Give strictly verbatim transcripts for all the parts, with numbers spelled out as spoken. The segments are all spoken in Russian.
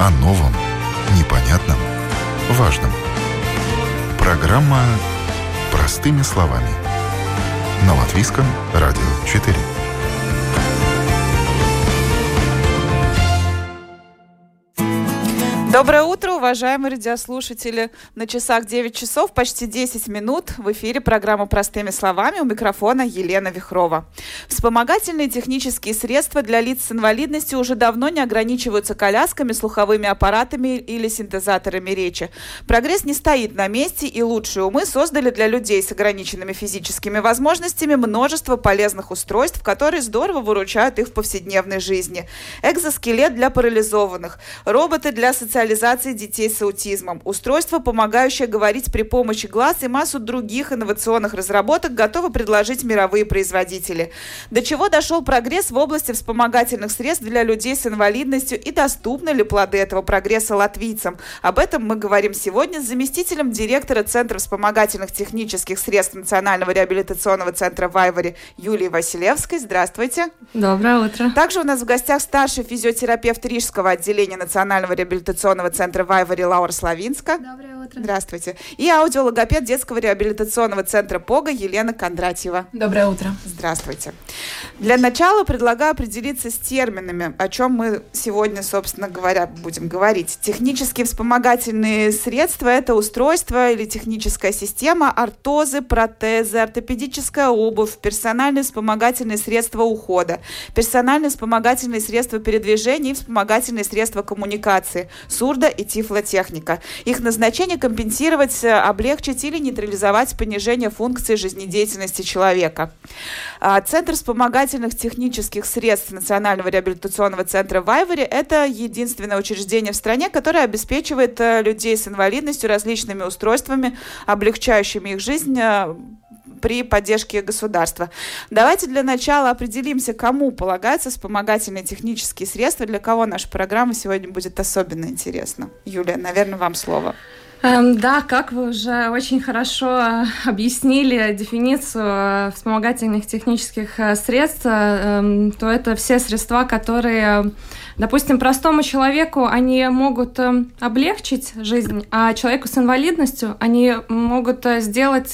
О новом, непонятном, важном. Программа «Простыми словами» на Латвийском радио четыре. Доброе утро, уважаемые радиослушатели. На часах девять часов, почти десять минут. В эфире программа «Простыми словами». У микрофона Елена Вихрова. Вспомогательные технические средства для лиц с инвалидностью уже давно не ограничиваются колясками, слуховыми аппаратами или синтезаторами речи. Прогресс не стоит на месте, и лучшие умы создали для людей с ограниченными физическими возможностями множество полезных устройств, которые здорово выручают их в повседневной жизни. Экзоскелет для парализованных, роботы для социализации детей с аутизмом, устройство, помогающее говорить при помощи глаз, и массу других инновационных разработок готовы предложить мировые производители. До чего дошел прогресс в области вспомогательных средств для людей с инвалидностью и доступны ли плоды этого прогресса латвийцам? Об этом мы говорим сегодня с заместителем директора Центра вспомогательных технических средств Национального реабилитационного центра Вайвари Юлией Василевской. Здравствуйте. Доброе утро. Также у нас в гостях старший физиотерапевт Рижского отделения Национального реабилитационного центра Вайвари Лаура Славинска. Доброе утро. Здравствуйте. И аудиологопед детского реабилитационного центра ПОГа Елена Кондратьева. Доброе утро. Здравствуйте. Для начала предлагаю определиться с терминами, о чем мы сегодня, собственно говоря, будем говорить. Технические вспомогательные средства – это устройство или техническая система, ортозы, протезы, ортопедическая обувь, персональные вспомогательные средства ухода, персональные вспомогательные средства передвижения и вспомогательные средства коммуникации, сурдо- и тифлотехника. Их назначение – компенсировать, облегчить или нейтрализовать понижение функций жизнедеятельности человека. Центр вспомогательных технических средств Национального реабилитационного центра Вайвари – это единственное учреждение в стране, которое обеспечивает людей с инвалидностью различными устройствами, облегчающими их жизнь при поддержке государства. Давайте для начала определимся, кому полагаются вспомогательные технические средства, для кого наша программа сегодня будет особенно интересна. Юлия, наверное, вам слово. Да, как вы уже очень хорошо объяснили дефиницию вспомогательных технических средств, то это все средства, которые, допустим, простому человеку они могут облегчить жизнь, а человеку с инвалидностью они могут сделать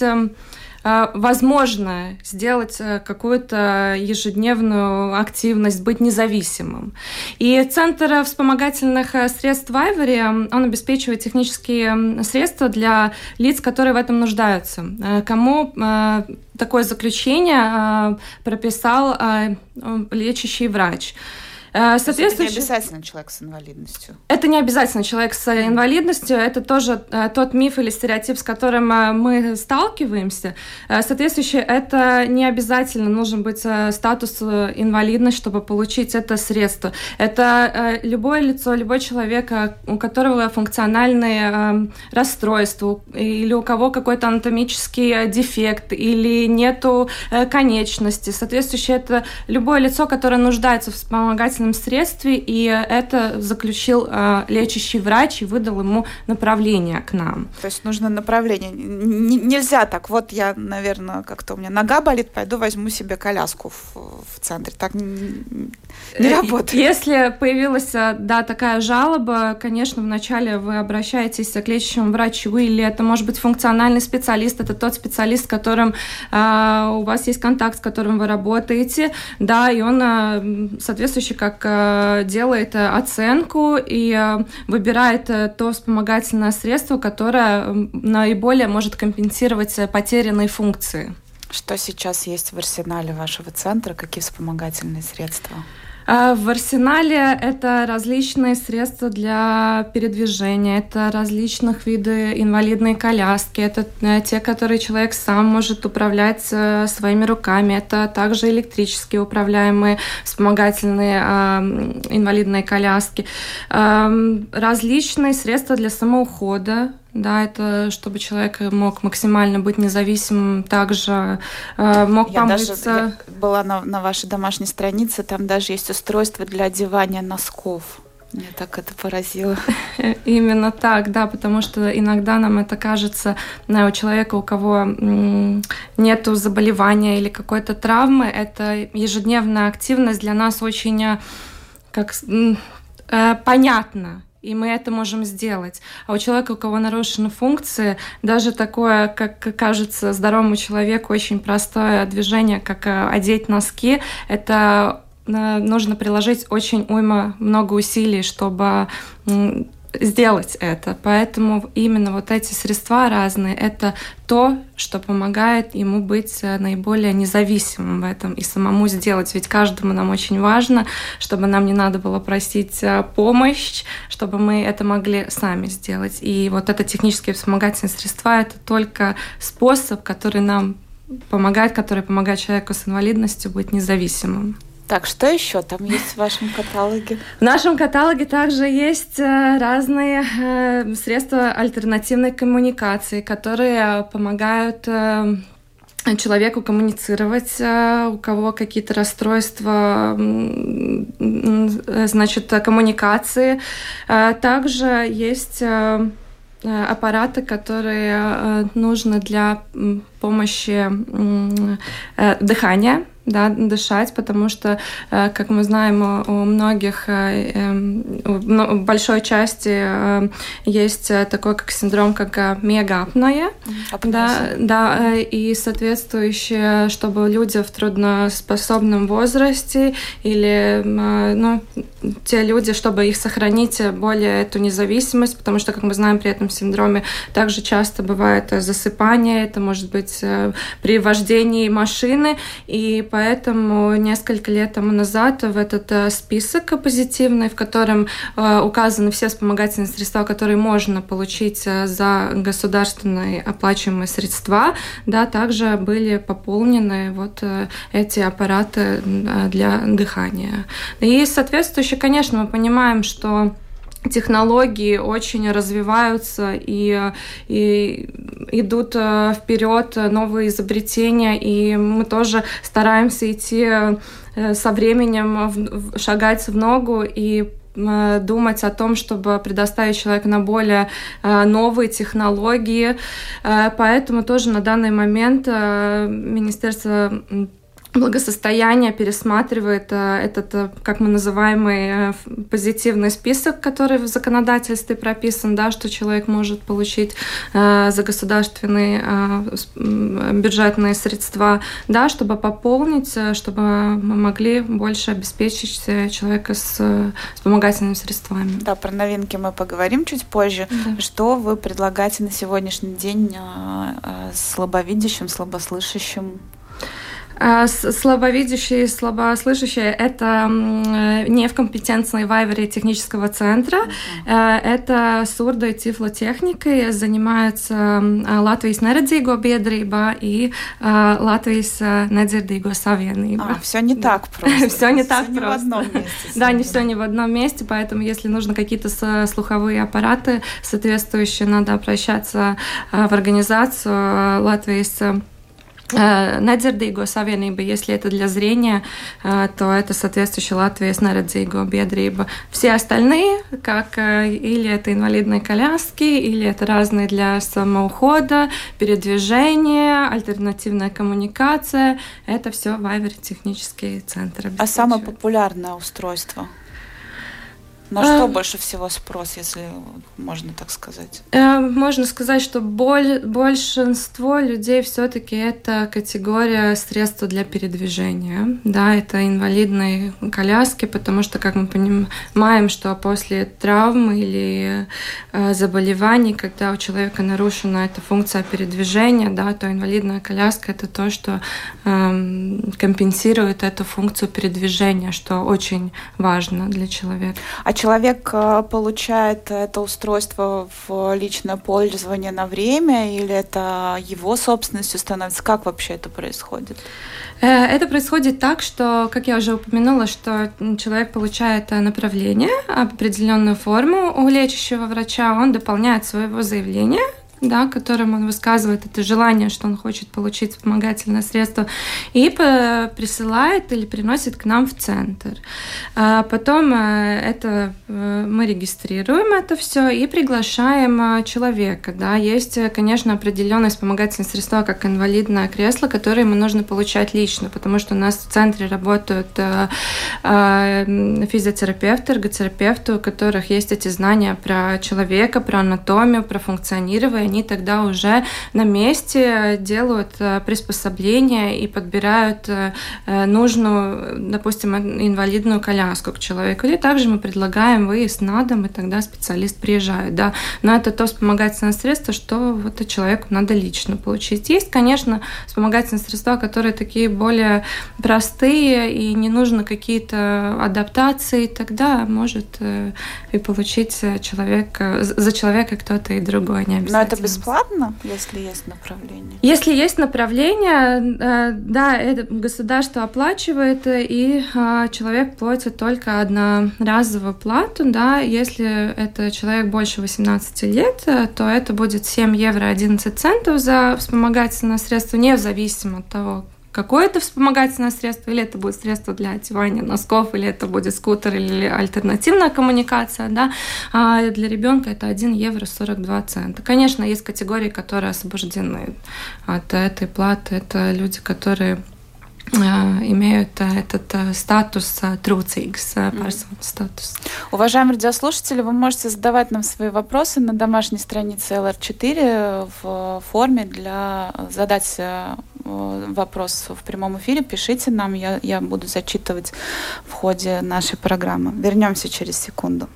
возможно сделать какую-то ежедневную активность, быть независимым. И Центр вспомогательных средств Вайвари, он обеспечивает технические средства для лиц, которые в этом нуждаются. Кому такое заключение прописал лечащий врач. Это не обязательно человек с инвалидностью. Это не обязательно человек с инвалидностью. Это тоже тот миф или стереотип, с которым мы сталкиваемся. Соответствующе, это не обязательно нужен быть статус инвалидность, чтобы получить это средство. Это любое лицо, любой человек, у которого функциональные расстройства, или у кого какой-то анатомический дефект, или нету конечности. Соответствующе, это любое лицо, которое нуждается в вспомогательном средстве, и это заключил э, лечащий врач и выдал ему направление к нам. То есть нужно направление. Н- нельзя так, вот я, наверное, как-то у меня нога болит, пойду возьму себе коляску в, в центре. Так не, не работает. Если появилась, да, такая жалоба, конечно, вначале вы обращаетесь к лечащему врачу, или это может быть функциональный специалист, это тот специалист, с которым э, у вас есть контакт, с которым вы работаете, да, и он э, соответствующий как делает оценку и выбирает то вспомогательное средство, которое наиболее может компенсировать потерянные функции. Что сейчас есть в арсенале вашего центра? Какие вспомогательные средства? В арсенале это различные средства для передвижения, это различных видов инвалидные коляски, это те, которые человек сам может управлять своими руками, это также электрически управляемые вспомогательные э, инвалидные коляски, э, различные средства для самоухода. Да, это чтобы человек мог максимально быть независимым, также э, мог я помыться. Даже, я была на, на вашей домашней странице, там даже есть устройство для одевания носков. Меня так это поразило. Именно так, да, потому что иногда нам это кажется, у человека, у кого нету заболевания или какой-то травмы, это ежедневная активность для нас очень как, понятна. и мы это можем сделать. А у человека, у кого нарушены функции, даже такое, как кажется здоровому человеку, очень простое движение, как одеть носки, это нужно приложить очень уйма много усилий, чтобы сделать это. Поэтому именно вот эти средства разные — это то, что помогает ему быть наиболее независимым в этом и самому сделать. Ведь каждому нам очень важно, чтобы нам не надо было просить помощь, чтобы мы это могли сами сделать. И вот это технические вспомогательные средства — это только способ, который нам помогает, который помогает человеку с инвалидностью быть независимым. Так, что еще там есть в вашем каталоге? В нашем каталоге также есть разные средства альтернативной коммуникации, которые помогают человеку коммуницировать, у кого какие-то расстройства, значит, коммуникации. Также есть аппараты, которые нужны для помощи дыхания, да, дышать, потому что, как мы знаем, у многих, в большой части есть такой как синдром, как мегаапноэ, да, да, и соответствующее, чтобы люди в трудноспособном возрасте или, ну, те люди, чтобы их сохранить более эту независимость, потому что, как мы знаем, при этом синдроме также часто бывает засыпание, это может быть при вождении машины, и поэтому несколько лет тому назад в этот список позитивный, в котором указаны все вспомогательные средства, которые можно получить за государственные оплачиваемые средства, да, также были пополнены вот эти аппараты для дыхания. И соответствующе, конечно, мы понимаем, что технологии очень развиваются и, и идут вперед новые изобретения, и мы тоже стараемся идти со временем, шагать в ногу и думать о том, чтобы предоставить человеку на более новые технологии. Поэтому тоже на данный момент Министерство благосостояния пересматривает этот, как мы называемый, позитивный список, который в законодательстве прописан, да, что человек может получить за государственные бюджетные средства, да, чтобы пополнить, чтобы мы могли больше обеспечить человека с вспомогательными средствами. Да, про новинки мы поговорим чуть позже. Да. Что вы предлагаете на сегодняшний день слабовидящим, слабослышащим? Слабовидящие и слабослышащие — это не в компетенции Вайвери технического центра. Uh-huh. Это сурдо- и тифлотехникой занимается Латвijas neredzīgo biedrība и Латвijas nedzirdīgo savienība. А, все не да. так просто. Все не так все просто. Не в одном месте. Да, не все не в одном месте, поэтому если нужно какие-то слуховые аппараты соответствующие, надо обращаться в организацию Латвijas nedzirdīgo savienība. Если это для зрения, то это соответствующая Латвijas neredzīgo biedrība. Все остальные, как или это инвалидные коляски, или это разные для самоухода, передвижения, альтернативная коммуникация, это все Вайвери технический центр. А самое популярное устройство? На что а, больше всего спрос, если можно так сказать? Можно сказать, что боль, большинство людей все-таки это категория средства для передвижения. Да, это инвалидные коляски, потому что, как мы понимаем, что после травмы или э, заболеваний, когда у человека нарушена эта функция передвижения, да, то инвалидная коляска — это то, что э, компенсирует эту функцию передвижения, что очень важно для человека. А человек получает это устройство в личное пользование на время, или это его собственностью становится? Как вообще это происходит? Это происходит так, что, как я уже упомянула, что человек получает направление, определенную форму у лечащего врача, он дополняет своего заявления да, которым он высказывает это желание, что он хочет получить вспомогательное средство, и присылает или приносит к нам в центр. Потом это, мы регистрируем это все и приглашаем человека. Да. Есть, конечно, определенные вспомогательные средства, как инвалидное кресло, которые ему нужно получать лично, потому что у нас в центре работают физиотерапевты, эрготерапевты, у которых есть эти знания про человека, про анатомию, про функционирование. Они тогда уже на месте делают приспособления и подбирают нужную, допустим, инвалидную коляску к человеку. Или также мы предлагаем выезд на дом, и тогда специалист приезжает. Да. Но это то вспомогательное средство, что вот человеку надо лично получить. Есть, конечно, вспомогательные средства, которые такие более простые, и не нужно какие-то адаптации, тогда может и получить человек, за человека кто-то и другой, не обязательно. Но это бесплатно, если есть направление? Если есть направление, да, это государство оплачивает, и человек платит только одноразовую плату, да, если это человек больше восемнадцати лет, то это будет семь евро одиннадцать центов за вспомогательное средство, независимо от того, какое это вспомогательное средство, или это будет средство для одевания носков, или это будет скутер, или альтернативная коммуникация, да, а для ребенка это один евро сорок два цента. Конечно, есть категории, которые освобождены от этой платы. Это люди, которые имеют этот статус трудzīgs персон статус. Уважаемые радиослушатели, вы можете задавать нам свои вопросы на домашней странице эл эр четыре в форме для задать вопрос в прямом эфире. Пишите нам, я, я буду зачитывать в ходе нашей программы. Вернемся через секунду.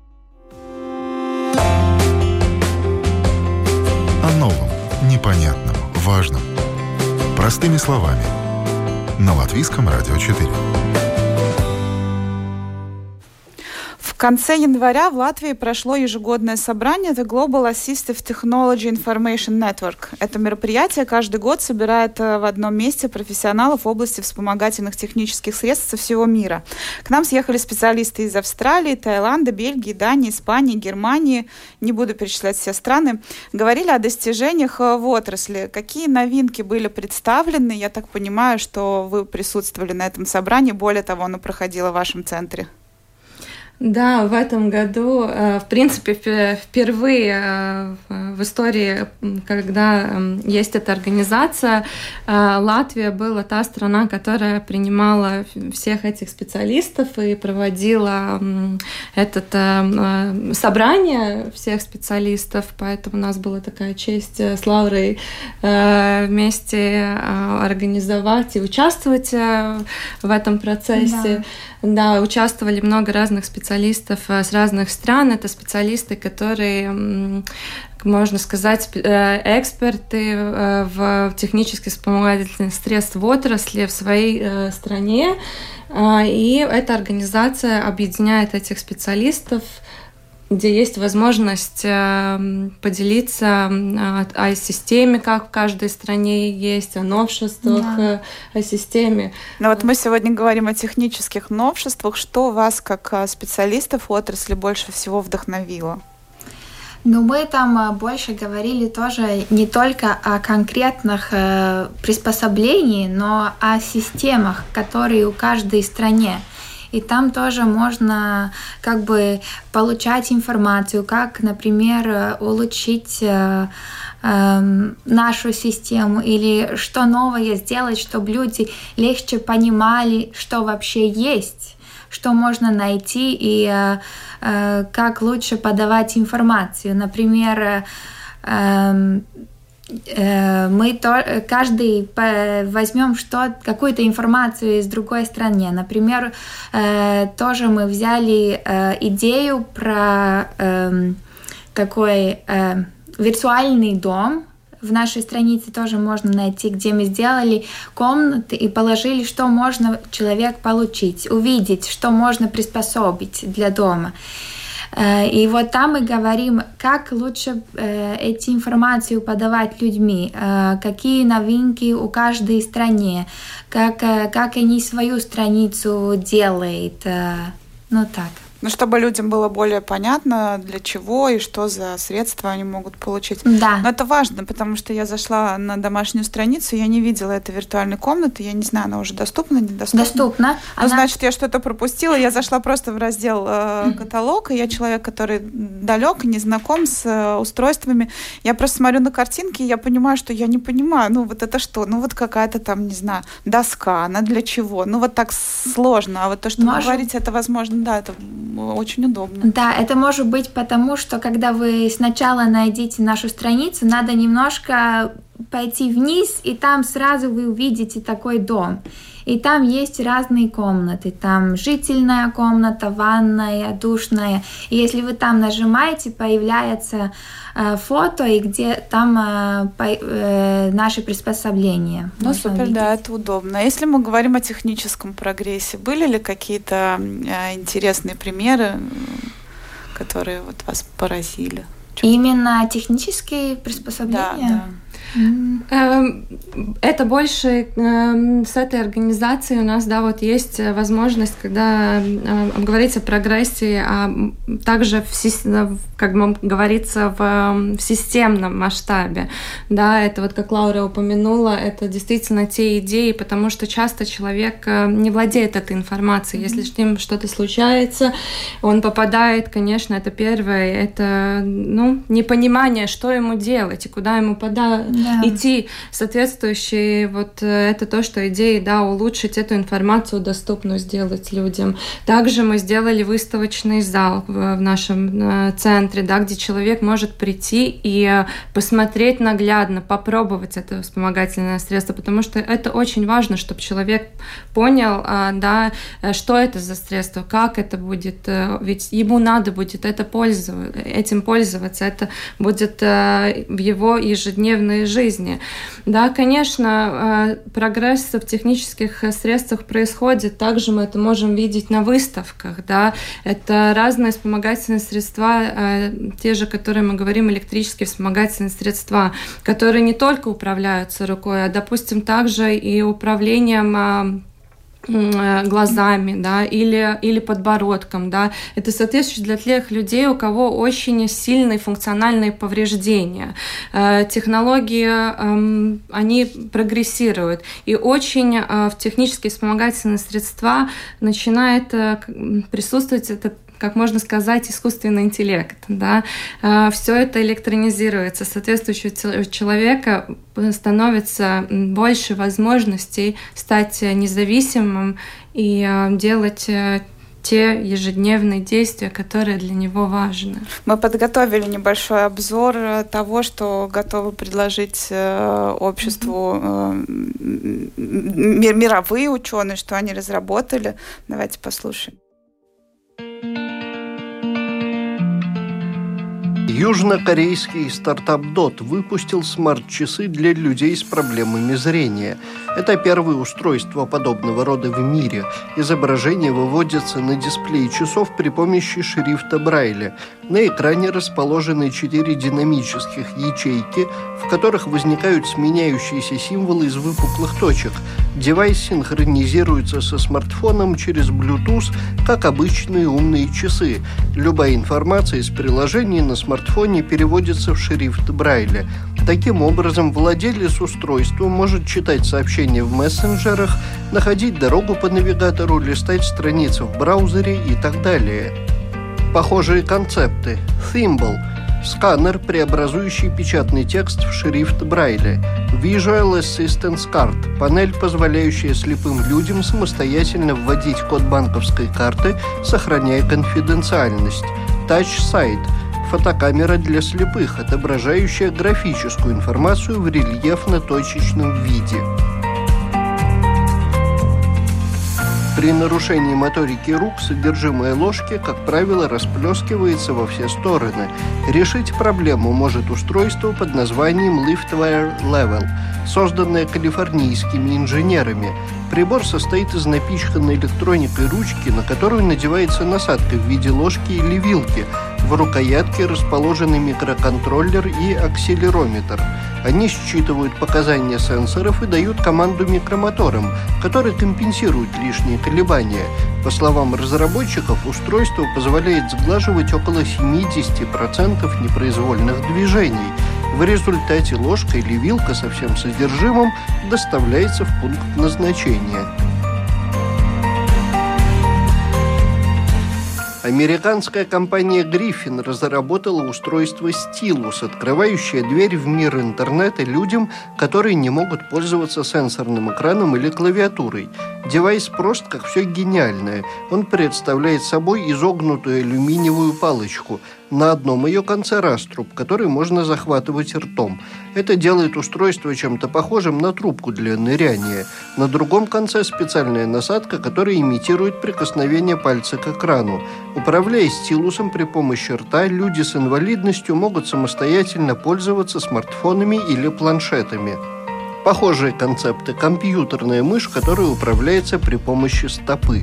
О новом, непонятном, важном. Простыми словами. На Латвийском радио четыре. В конце января в Латвии прошло ежегодное собрание The Global Assistive Technology Information Network. Это мероприятие каждый год собирает в одном месте профессионалов в области вспомогательных технических средств со всего мира. К нам съехали специалисты из Австралии, Таиланда, Бельгии, Дании, Испании, Германии. Не буду перечислять все страны. Говорили о достижениях в отрасли. Какие новинки были представлены? Я так понимаю, что вы присутствовали на этом собрании. Более того, оно проходило в вашем центре. Да, в этом году, в принципе, впервые в истории, когда есть эта организация, Латвия была та страна, которая принимала всех этих специалистов и проводила это собрание всех специалистов, поэтому у нас была такая честь с Лаурой вместе организовать и участвовать в этом процессе. Да. Да, участвовали много разных специалистов с разных стран. Это специалисты, которые, можно сказать, эксперты в технических вспомогательных средствах в отрасли в своей стране. И эта организация объединяет этих специалистов, где есть возможность поделиться о системе, как в каждой стране есть, о новшествах, да. О системе. Но вот мы сегодня говорим о технических новшествах. Что вас, как специалистов в отрасли, больше всего вдохновило? Ну, мы там больше говорили тоже не только о конкретных э, приспособлениях, но о системах, которые у каждой стране. И там тоже можно как бы получать информацию, как, например, улучшить э, э, нашу систему или что новое сделать, чтобы люди легче понимали, что вообще есть, что можно найти и э, э, как лучше подавать информацию. Например, э, мы то, каждый возьмем что, какую-то информацию из другой страны. Например, тоже мы взяли идею про такой виртуальный дом. В нашей странице тоже можно найти, где мы сделали комнаты и положили, что можно человек получить, увидеть, что можно приспособить для дома. И вот там мы говорим, как лучше э, эти информацию подавать людьми, э, какие новинки у каждой страны, как, э, как они свою страницу делают. Э, ну так. Ну, чтобы людям было более понятно, для чего и что за средства они могут получить. Да. Но это важно, потому что я зашла на домашнюю страницу, я не видела этой виртуальной комнаты, я не знаю, она уже доступна, недоступна? Доступна. Ну, она... значит, я что-то пропустила. Я зашла просто в раздел э, каталог, и я человек, который далек, не знаком с э, устройствами. Я просто смотрю на картинки, и я понимаю, что я не понимаю, ну, вот это что? Ну, вот какая-то там, не знаю, доска, она для чего? Ну, вот так сложно. А вот то, что Можем... вы говорите, это, возможно, да, это очень удобно. Да, это может быть потому, что когда вы сначала найдете нашу страницу, надо немножко пойти вниз, и там сразу вы увидите такой дом. И там есть разные комнаты. Там жительная комната, ванная, душная. И если вы там нажимаете, появляется э, фото, и где там э, по, э, наши приспособления. Ну, супер, увидеть. Да, это удобно. А если мы говорим о техническом прогрессе, были ли какие-то э, интересные примеры, которые вот вас поразили? Именно технические приспособления? Да, да. Это больше с этой организацией у нас, да, вот есть возможность, когда говорить о прогрессе, а также, в, как говорится, в, в системном масштабе. Да, это вот, как Лаура упомянула, это действительно те идеи, потому что часто человек не владеет этой информацией. Если с ним что-то случается, он попадает, конечно, это первое, это, ну, непонимание, что ему делать и куда ему подать. Да. Идти соответствующие, вот это то, что идеи, да, улучшить эту информацию доступную сделать людям. Также мы сделали выставочный зал в, в нашем центре, да, где человек может прийти и посмотреть наглядно, попробовать это вспомогательное средство, потому что это очень важно, чтобы человек понял, да, что это за средство, как это будет, ведь ему надо будет это пользоваться, этим пользоваться, это будет в его ежедневной жизни. Да, конечно, прогресс в технических средствах происходит. Также мы это можем видеть на выставках. Да. Это разные вспомогательные средства, те же, которые мы говорим, электрические вспомогательные средства, которые не только управляются рукой, а, допустим, также и управлением глазами, да, или, или подбородком, да. Это соответствует для тех людей, у кого очень сильные функциональные повреждения. Технологии, они прогрессируют, и очень в технические вспомогательные средства начинает присутствовать это, как можно сказать, искусственный интеллект. Да? Все это электронизируется. Соответствующего человека становится больше возможностей стать независимым и делать те ежедневные действия, которые для него важны. Мы подготовили небольшой обзор того, что готовы предложить обществу mm-hmm. мировые ученые, что они разработали. Давайте послушаем. Южнокорейский стартап Dot выпустил смарт-часы для людей с проблемами зрения. Это первое устройство подобного рода в мире. Изображение выводится на дисплей часов при помощи шрифта Брайля. На экране расположены четыре динамических ячейки, в которых возникают сменяющиеся символы из выпуклых точек. Девайс синхронизируется со смартфоном через Bluetooth, как обычные умные часы. Любая информация из приложения на смартфоне переводится в шрифт Брайля. Таким образом, владелец устройства может читать сообщения в мессенджерах, находить дорогу по навигатору, листать страницы в браузере и так далее. Похожие концепты. Thimble – сканер, преобразующий печатный текст в шрифт Брайля. Visual Assistance Card – панель, позволяющая слепым людям самостоятельно вводить код банковской карты, сохраняя конфиденциальность. Touch Sight – фотокамера для слепых, отображающая графическую информацию в рельефно-точечном виде. При нарушении моторики рук содержимое ложки, как правило, расплескивается во все стороны. Решить проблему может устройство под названием Liftware Level, созданное калифорнийскими инженерами. Прибор состоит из напичканной электроникой ручки, на которую надевается насадка в виде ложки или вилки. В рукоятке расположены микроконтроллер и акселерометр. Они считывают показания сенсоров и дают команду микромоторам, которые компенсируют лишние колебания. По словам разработчиков, устройство позволяет сглаживать около семьдесят процентов непроизвольных движений. В результате ложка или вилка со всем содержимым доставляется в пункт назначения. Американская компания Griffin разработала устройство Stylus, открывающее дверь в мир интернета людям, которые не могут пользоваться сенсорным экраном или клавиатурой. Девайс прост, как все гениальное. Он представляет собой изогнутую алюминиевую палочку. На одном ее конце раструб, который можно захватывать ртом. Это делает устройство чем-то похожим на трубку для ныряния. На другом конце специальная насадка, которая имитирует прикосновение пальца к экрану. Управляя стилусом при помощи рта, люди с инвалидностью могут самостоятельно пользоваться смартфонами или планшетами. Похожие концепты – компьютерная мышь, которая управляется при помощи стопы.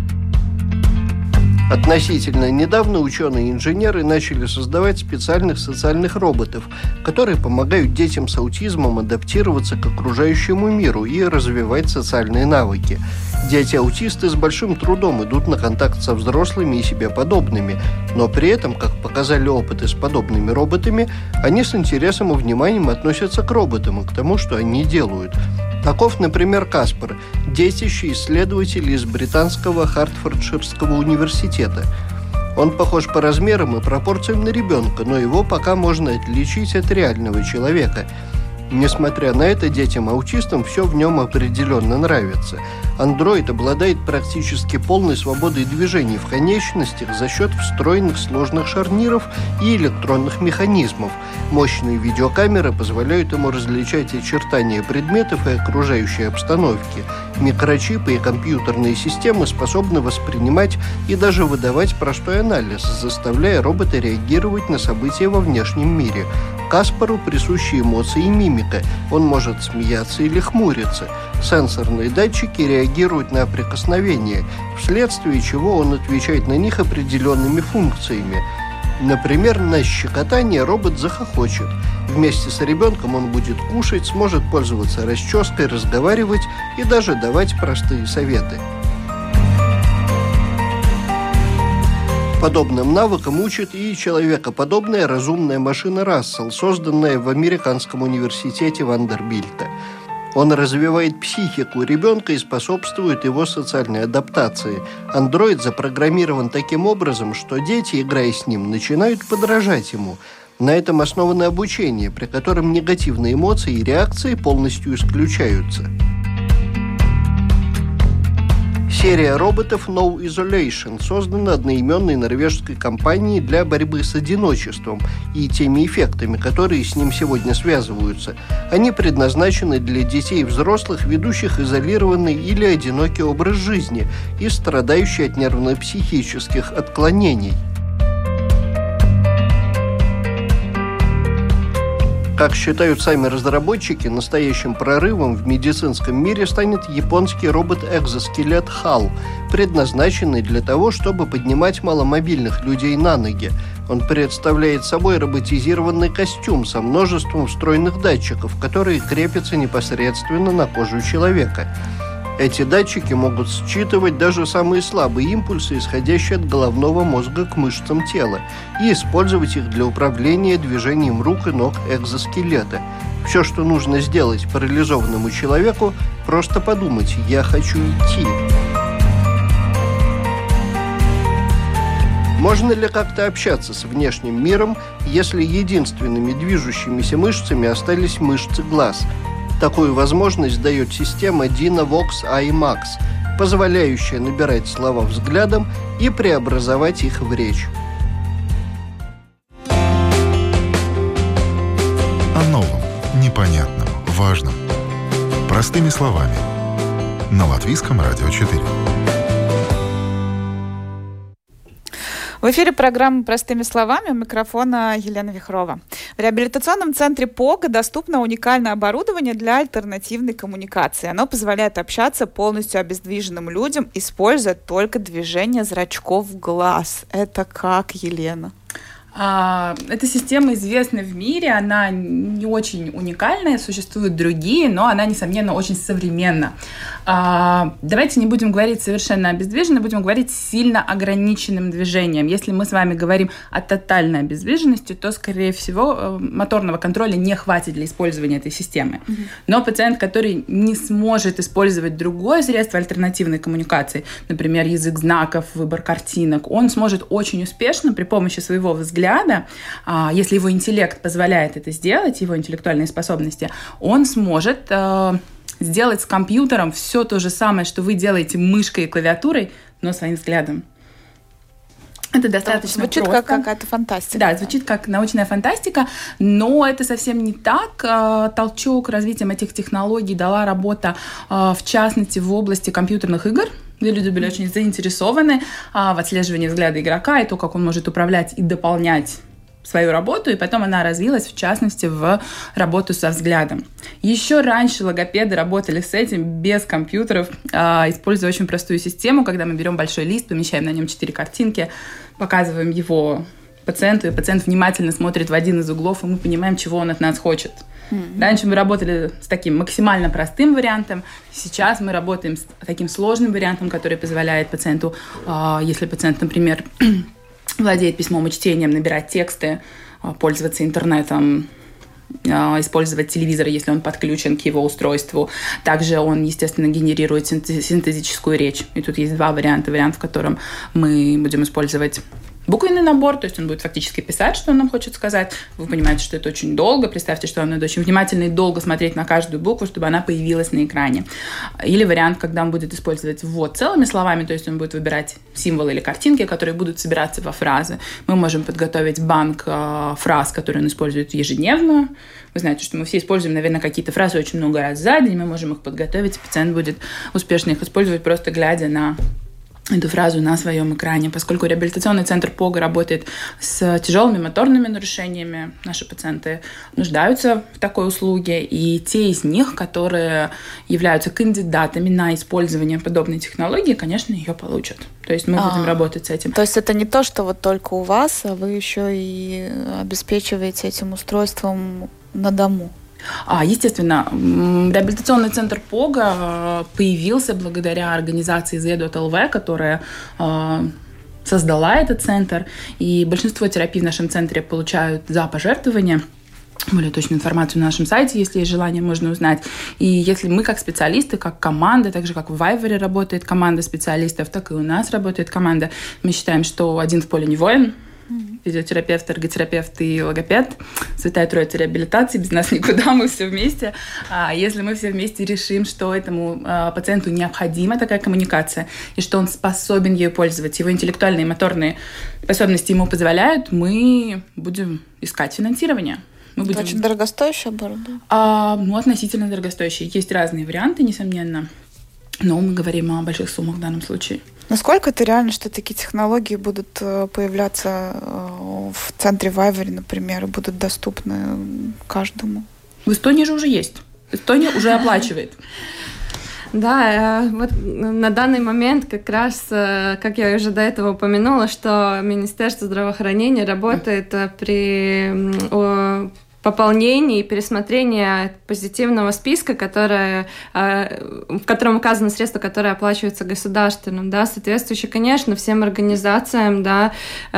Относительно недавно ученые и инженеры начали создавать специальных социальных роботов, которые помогают детям с аутизмом адаптироваться к окружающему миру и развивать социальные навыки. Дети-аутисты с большим трудом идут на контакт со взрослыми и себе подобными, но при этом, как показали опыты с подобными роботами, они с интересом и вниманием относятся к роботам и к тому, что они делают. Таков, например, Каспар, детище исследователь из британского Хартфордширского университета. Он похож по размерам и пропорциям на ребенка, но его пока можно отличить от реального человека. Несмотря на это, детям-аутистам все в нем определенно нравится. Андроид обладает практически полной свободой движений в конечностях за счет встроенных сложных шарниров и электронных механизмов. Мощные видеокамеры позволяют ему различать очертания предметов и окружающей обстановки. Микрочипы и компьютерные системы способны воспринимать и даже выдавать простой анализ, заставляя робота реагировать на события во внешнем мире. Каспару присущи эмоции и мимика. Он может смеяться или хмуриться. Сенсорные датчики реагируют на прикосновение, вследствие чего он отвечает на них определенными функциями. Например, на щекотание робот захохочет. Вместе с ребенком он будет кушать, сможет пользоваться расческой, разговаривать и даже давать простые советы. Подобным навыкам учит и человекоподобная разумная машина Рассел, созданная в американском университете Вандербильта. Он развивает психику ребенка и способствует его социальной адаптации. Андроид запрограммирован таким образом, что дети, играя с ним, начинают подражать ему. На этом основано обучение, при котором негативные эмоции и реакции полностью исключаются. Серия роботов No Isolation создана одноименной норвежской компанией для борьбы с одиночеством и теми эффектами, которые с ним сегодня связываются. Они предназначены для детей и взрослых, ведущих изолированный или одинокий образ жизни и страдающих от нервно-психических отклонений. Как считают сами разработчики, настоящим прорывом в медицинском мире станет японский робот-экзоскелет хал, предназначенный для того, чтобы поднимать маломобильных людей на ноги. Он представляет собой роботизированный костюм со множеством встроенных датчиков, которые крепятся непосредственно на кожу человека. Эти датчики могут считывать даже самые слабые импульсы, исходящие от головного мозга к мышцам тела, и использовать их для управления движением рук и ног экзоскелета. Все, что нужно сделать парализованному человеку, просто подумать «я хочу идти». Можно ли как-то общаться с внешним миром, если единственными движущимися мышцами остались мышцы глаз? Такую возможность дает система DynaVox iMax, позволяющая набирать слова взглядом и преобразовать их в речь. О новом, непонятном, важном. Простыми словами. На Латвийском радио четыре. В эфире программа «Простыми словами», у микрофона Елена Вихрова. В реабилитационном центре ПОГа доступно уникальное оборудование для альтернативной коммуникации. Оно позволяет общаться полностью обездвиженным людям, используя только движение зрачков глаз. Это как, Елена? Эта система известна в мире, она не очень уникальная, существуют другие, но она, несомненно, очень современна. Давайте не будем говорить совершенно обездвиженно, будем говорить с сильно ограниченным движением. Если мы с вами говорим о тотальной обездвиженности, то, скорее всего, моторного контроля не хватит для использования этой системы. Mm-hmm. Но пациент, который не сможет использовать другое средство альтернативной коммуникации, например, язык знаков, выбор картинок, он сможет очень успешно при помощи своего взгляда, если его интеллект позволяет это сделать, его интеллектуальные способности, он сможет э, сделать с компьютером все то же самое, что вы делаете мышкой и клавиатурой, но своим взглядом. Это достаточно звучит просто. Как какая-то фантастика. Да, звучит как научная фантастика, но это совсем не так. Толчок развитием этих технологий дала работа, в частности, в области компьютерных игр, где люди были очень заинтересованы в отслеживании взгляда игрока и то, как он может управлять и дополнять свою работу, и потом она развилась, в частности, в работу со взглядом. Еще раньше логопеды работали с этим без компьютеров, используя очень простую систему, когда мы берем большой лист, помещаем на нем четыре картинки, показываем его пациенту, и пациент внимательно смотрит в один из углов, и мы понимаем, чего он от нас хочет. Mm-hmm. Раньше мы работали с таким максимально простым вариантом, сейчас мы работаем с таким сложным вариантом, который позволяет пациенту, если пациент, например, владеет письмом и чтением, набирать тексты, пользоваться интернетом, использовать телевизор, если он подключен к его устройству. Также он, естественно, генерирует синтетическую речь. И тут есть два варианта. Вариант, в котором мы будем использовать буквенный набор, то есть он будет фактически писать, что он нам хочет сказать. Вы понимаете, что это очень долго. Представьте, что вам надо очень внимательно и долго смотреть на каждую букву, чтобы она появилась на экране. Или вариант, когда он будет использовать ввод целыми словами, то есть он будет выбирать символы или картинки, которые будут собираться во фразы. Мы можем подготовить банк э, фраз, которые он использует ежедневно. Вы знаете, что мы все используем, наверное, какие-то фразы очень много раз за день. Мы можем их подготовить, и пациент будет успешно их использовать, просто глядя на эту фразу на своем экране. Поскольку реабилитационный центр ПОГа работает с тяжелыми моторными нарушениями, наши пациенты нуждаются в такой услуге, и те из них, которые являются кандидатами на использование подобной технологии, конечно, ее получат. То есть мы а, будем работать с этим. То есть это не то, что вот только у вас, а вы еще и обеспечиваете этим устройством на дому? А, естественно, реабилитационный центр ПОГа появился благодаря организации зет эл ви, которая создала этот центр, и большинство терапий в нашем центре получают за пожертвования. Более точную информацию на нашем сайте, если есть желание, можно узнать. И если мы как специалисты, как команда, так же как в Вайвере работает команда специалистов, так и у нас работает команда, мы считаем, что один в поле не воин. Физиотерапевт, эрготерапевт и логопед. Святая Троица реабилитации. Без нас никуда, мы все вместе. А если мы все вместе решим, что этому а, пациенту необходима такая коммуникация, и что он способен ею пользоваться, его интеллектуальные и моторные способности ему позволяют, мы будем искать финансирование. Мы будем... Это очень дорогостоящее оборудование? А, ну, относительно дорогостоящее. Есть разные варианты, несомненно. Но мы говорим о больших суммах в данном случае. Насколько это реально, что такие технологии будут появляться в центре Вайвери, например, и будут доступны каждому? В Эстонии же уже есть. Эстония уже оплачивает. Да, вот на данный момент как раз, как я уже до этого упомянула, что Министерство здравоохранения работает при пополнение и пересмотрение позитивного списка, которое, в котором указаны средства, которые оплачиваются государственным, да, соответствующе, конечно, всем организациям, да,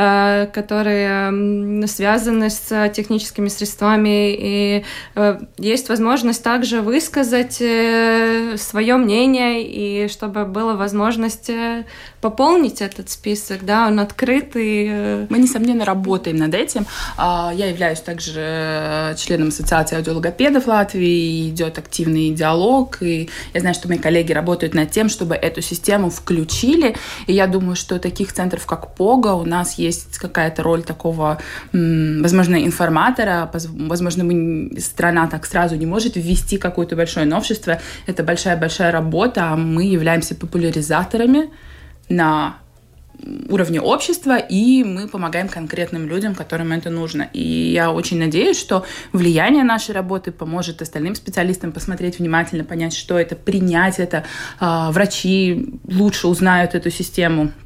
которые связаны с техническими средствами, и есть возможность также высказать свое мнение, и чтобы была возможность пополнить этот список, да, он открытый. Мы, несомненно, работаем над этим. Я являюсь также членом Ассоциации аудиологопедов Латвии, идет активный диалог, и я знаю, что мои коллеги работают над тем, чтобы эту систему включили, и я думаю, что таких центров, как ПОГа, у нас есть какая-то роль такого, возможно, информатора, возможно, мы, страна так сразу не может ввести какое-то большое новшество, это большая-большая работа, а мы являемся популяризаторами на уровне общества, и мы помогаем конкретным людям, которым это нужно. И я очень надеюсь, что влияние нашей работы поможет остальным специалистам посмотреть внимательно, понять, что это, принять это. Врачи лучше узнают эту систему.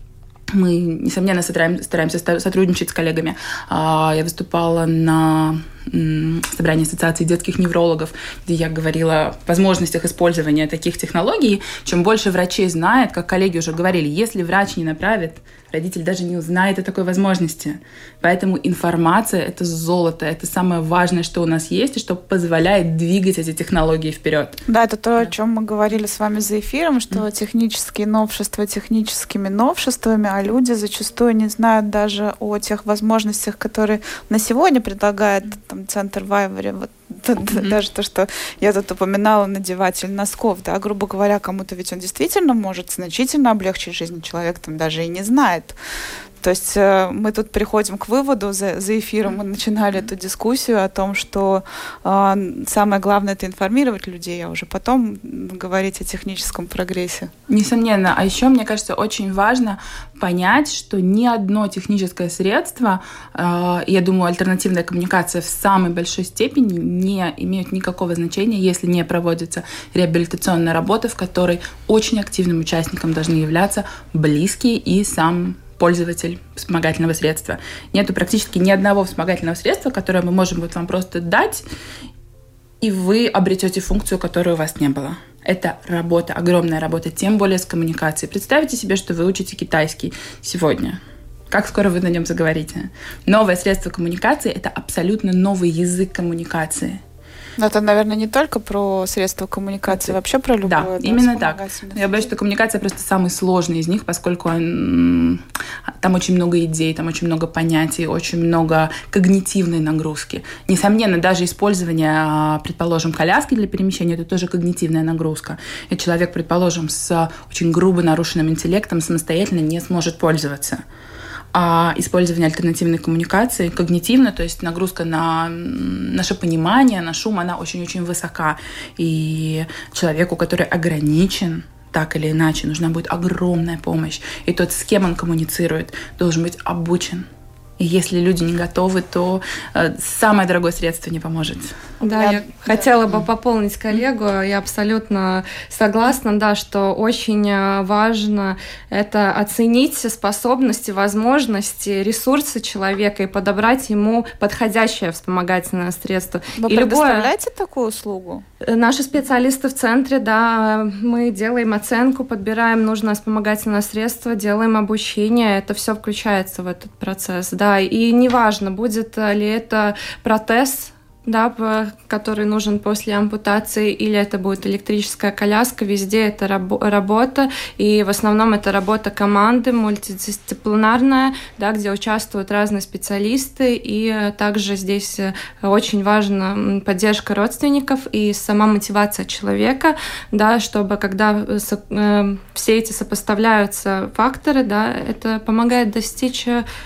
Мы, несомненно, стараемся сотрудничать с коллегами. Я выступала на собрании Ассоциации детских неврологов, где я говорила о возможностях использования таких технологий. Чем больше врачей знает, как коллеги уже говорили, если врач не направит, родитель даже не узнает о такой возможности. Поэтому информация — это золото, это самое важное, что у нас есть, и что позволяет двигать эти технологии вперед. Да, это то, о чем мы говорили с вами за эфиром, что mm. технические новшества техническими новшествами, а люди зачастую не знают даже о тех возможностях, которые на сегодня предлагает там, центр Вайвари. Вот, mm-hmm. Даже то, что я тут упоминала, надеватель носков, да, грубо говоря, кому-то ведь он действительно может значительно облегчить жизнь, человек там даже и не знает. То есть э, мы тут приходим к выводу, за, за эфиром мы начинали эту дискуссию о том, что э, самое главное — это информировать людей, а уже потом говорить о техническом прогрессе. Несомненно. А еще, мне кажется, очень важно понять, что ни одно техническое средство, э, я думаю, альтернативная коммуникация в самой большой степени не имеют никакого значения, если не проводится реабилитационная работа, в которой очень активным участником должны являться близкие и сам пользователь вспомогательного средства. Нету практически ни одного вспомогательного средства, которое мы можем вот вам просто дать, и вы обретете функцию, которой у вас не было. Это работа, огромная работа, тем более с коммуникацией. Представьте себе, что вы учите китайский сегодня. Как скоро вы на нем заговорите? Новое средство коммуникации — это абсолютно новый язык коммуникации. Это, наверное, не только про средства коммуникации, вообще про любое. Да, да, именно так. Я боюсь, что коммуникация просто самый сложный из них, поскольку он, там очень много идей, там очень много понятий, очень много когнитивной нагрузки. Несомненно, даже использование, предположим, коляски для перемещения — это тоже когнитивная нагрузка. И человек, предположим, с очень грубо нарушенным интеллектом самостоятельно не сможет пользоваться. А использование альтернативной коммуникации когнитивно, то есть нагрузка на наше понимание, на шум, она очень-очень высока. И человеку, который ограничен, так или иначе, нужна будет огромная помощь. И тот, с кем он коммуницирует, должен быть обучен. И если люди не готовы, то э, самое дорогое средство не поможет. Да, я, я хотела бы пополнить коллегу. Я абсолютно согласна, да, что очень важно это оценить способности, возможности, ресурсы человека и подобрать ему подходящее вспомогательное средство. Вы и предоставляете любое... такую услугу? Наши специалисты в центре, да, мы делаем оценку, подбираем нужное вспомогательное средство, делаем обучение. Это все включается в этот процесс, да. И неважно, будет ли это протез, да, который нужен после ампутации, или это будет электрическая коляска, везде это рабо- работа, и в основном это работа команды, мультидисциплинарная, да, где участвуют разные специалисты, и также здесь очень важна поддержка родственников и сама мотивация человека, да, чтобы когда со- э, все эти сопоставляются факторы, да, это помогает достичь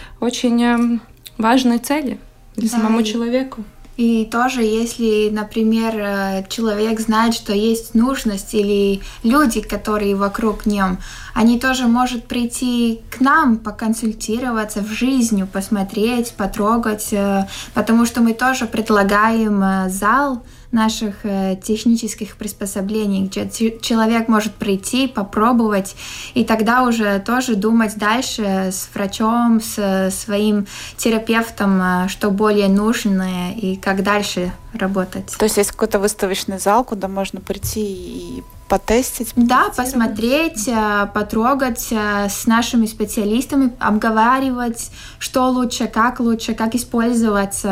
очень важной цели для да, самому человеку. И тоже, если, например, человек знает, что есть нужность, или люди, которые вокруг нем, они тоже могут прийти к нам, поконсультироваться в жизнь, посмотреть, потрогать, потому что мы тоже предлагаем зал наших технических приспособлений, где человек может прийти, попробовать, и тогда уже тоже думать дальше с врачом, с своим терапевтом, что более нужно и как дальше работать. То есть есть какой-то выставочный зал, куда можно прийти и потестить? Да, посмотреть, потрогать с нашими специалистами, обговаривать, что лучше, как лучше, как использовать.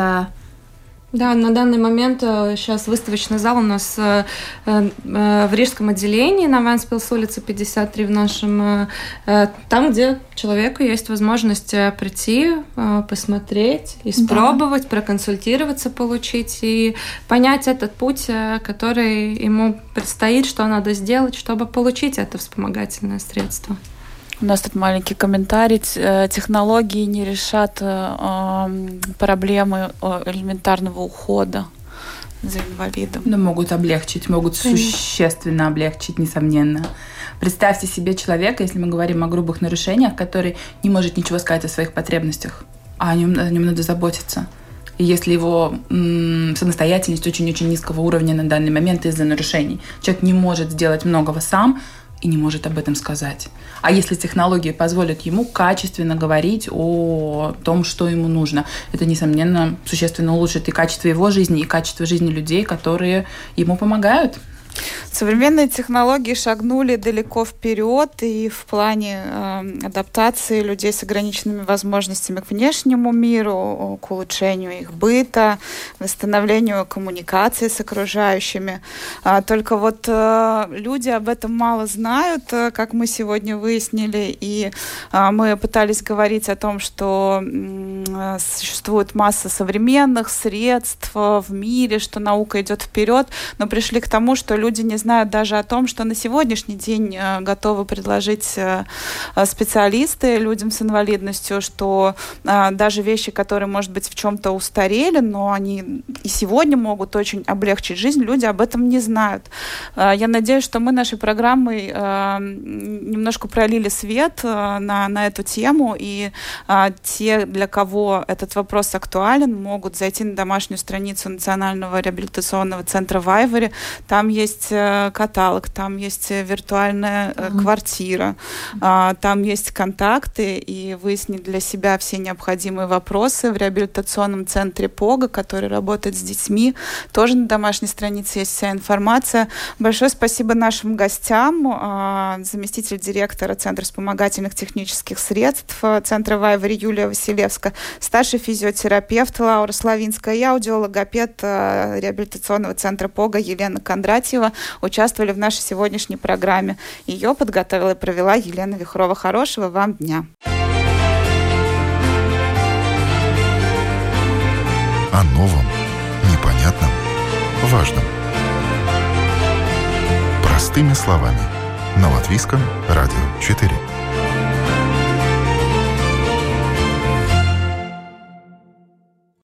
Да, на данный момент сейчас выставочный зал у нас э, э, в Рижском отделении на Венспилс улице пятьдесят три в нашем, э, там, где человеку есть возможность прийти, э, посмотреть, испробовать, да. проконсультироваться, получить и понять этот путь, который ему предстоит, что надо сделать, чтобы получить это вспомогательное средство. У нас тут маленький комментарий. Технологии не решат э, проблемы элементарного ухода за инвалидом. Но могут облегчить, могут Конечно. существенно облегчить, несомненно. Представьте себе человека, если мы говорим о грубых нарушениях, который не может ничего сказать о своих потребностях, а о нем, о нем надо заботиться. И если его м- самостоятельность очень-очень низкого уровня на данный момент из-за нарушений, человек не может сделать многого сам, и не может об этом сказать. А если технологии позволят ему качественно говорить о том, что ему нужно, это, несомненно, существенно улучшит и качество его жизни, и качество жизни людей, которые ему помогают. Современные технологии шагнули далеко вперед и в плане э, адаптации людей с ограниченными возможностями к внешнему миру, к улучшению их быта, восстановлению коммуникации с окружающими. А, только вот э, люди об этом мало знают, э, как мы сегодня выяснили, и э, мы пытались говорить о том, что э, существует масса современных средств в мире, что наука идет вперед, но пришли к тому, что люди не знают даже о том, что на сегодняшний день готовы предложить специалисты людям с инвалидностью, что даже вещи, которые, может быть, в чем-то устарели, но они и сегодня могут очень облегчить жизнь, люди об этом не знают. Я надеюсь, что мы нашей программой немножко пролили свет на, на эту тему, и те, для кого этот вопрос актуален, могут зайти на домашнюю страницу Национального реабилитационного центра в Айворе. Там есть каталог, там есть виртуальная uh-huh. квартира, uh, там есть контакты, и выяснить для себя все необходимые вопросы в реабилитационном центре ПОГа, который работает с детьми. Тоже на домашней странице есть вся информация. Большое спасибо нашим гостям. Uh, заместитель директора Центра вспомогательных технических средств Центра в Айворе Юлия Василевская, старший физиотерапевт Лаура Славинская и аудиологопед uh, реабилитационного центра ПОГа Елена Кондратьева участвовали в нашей сегодняшней программе. Ее подготовила и провела Елена Вихрова. Хорошего вам дня. О новом, непонятном, важном. Простыми словами. На Латвийском радио четыре.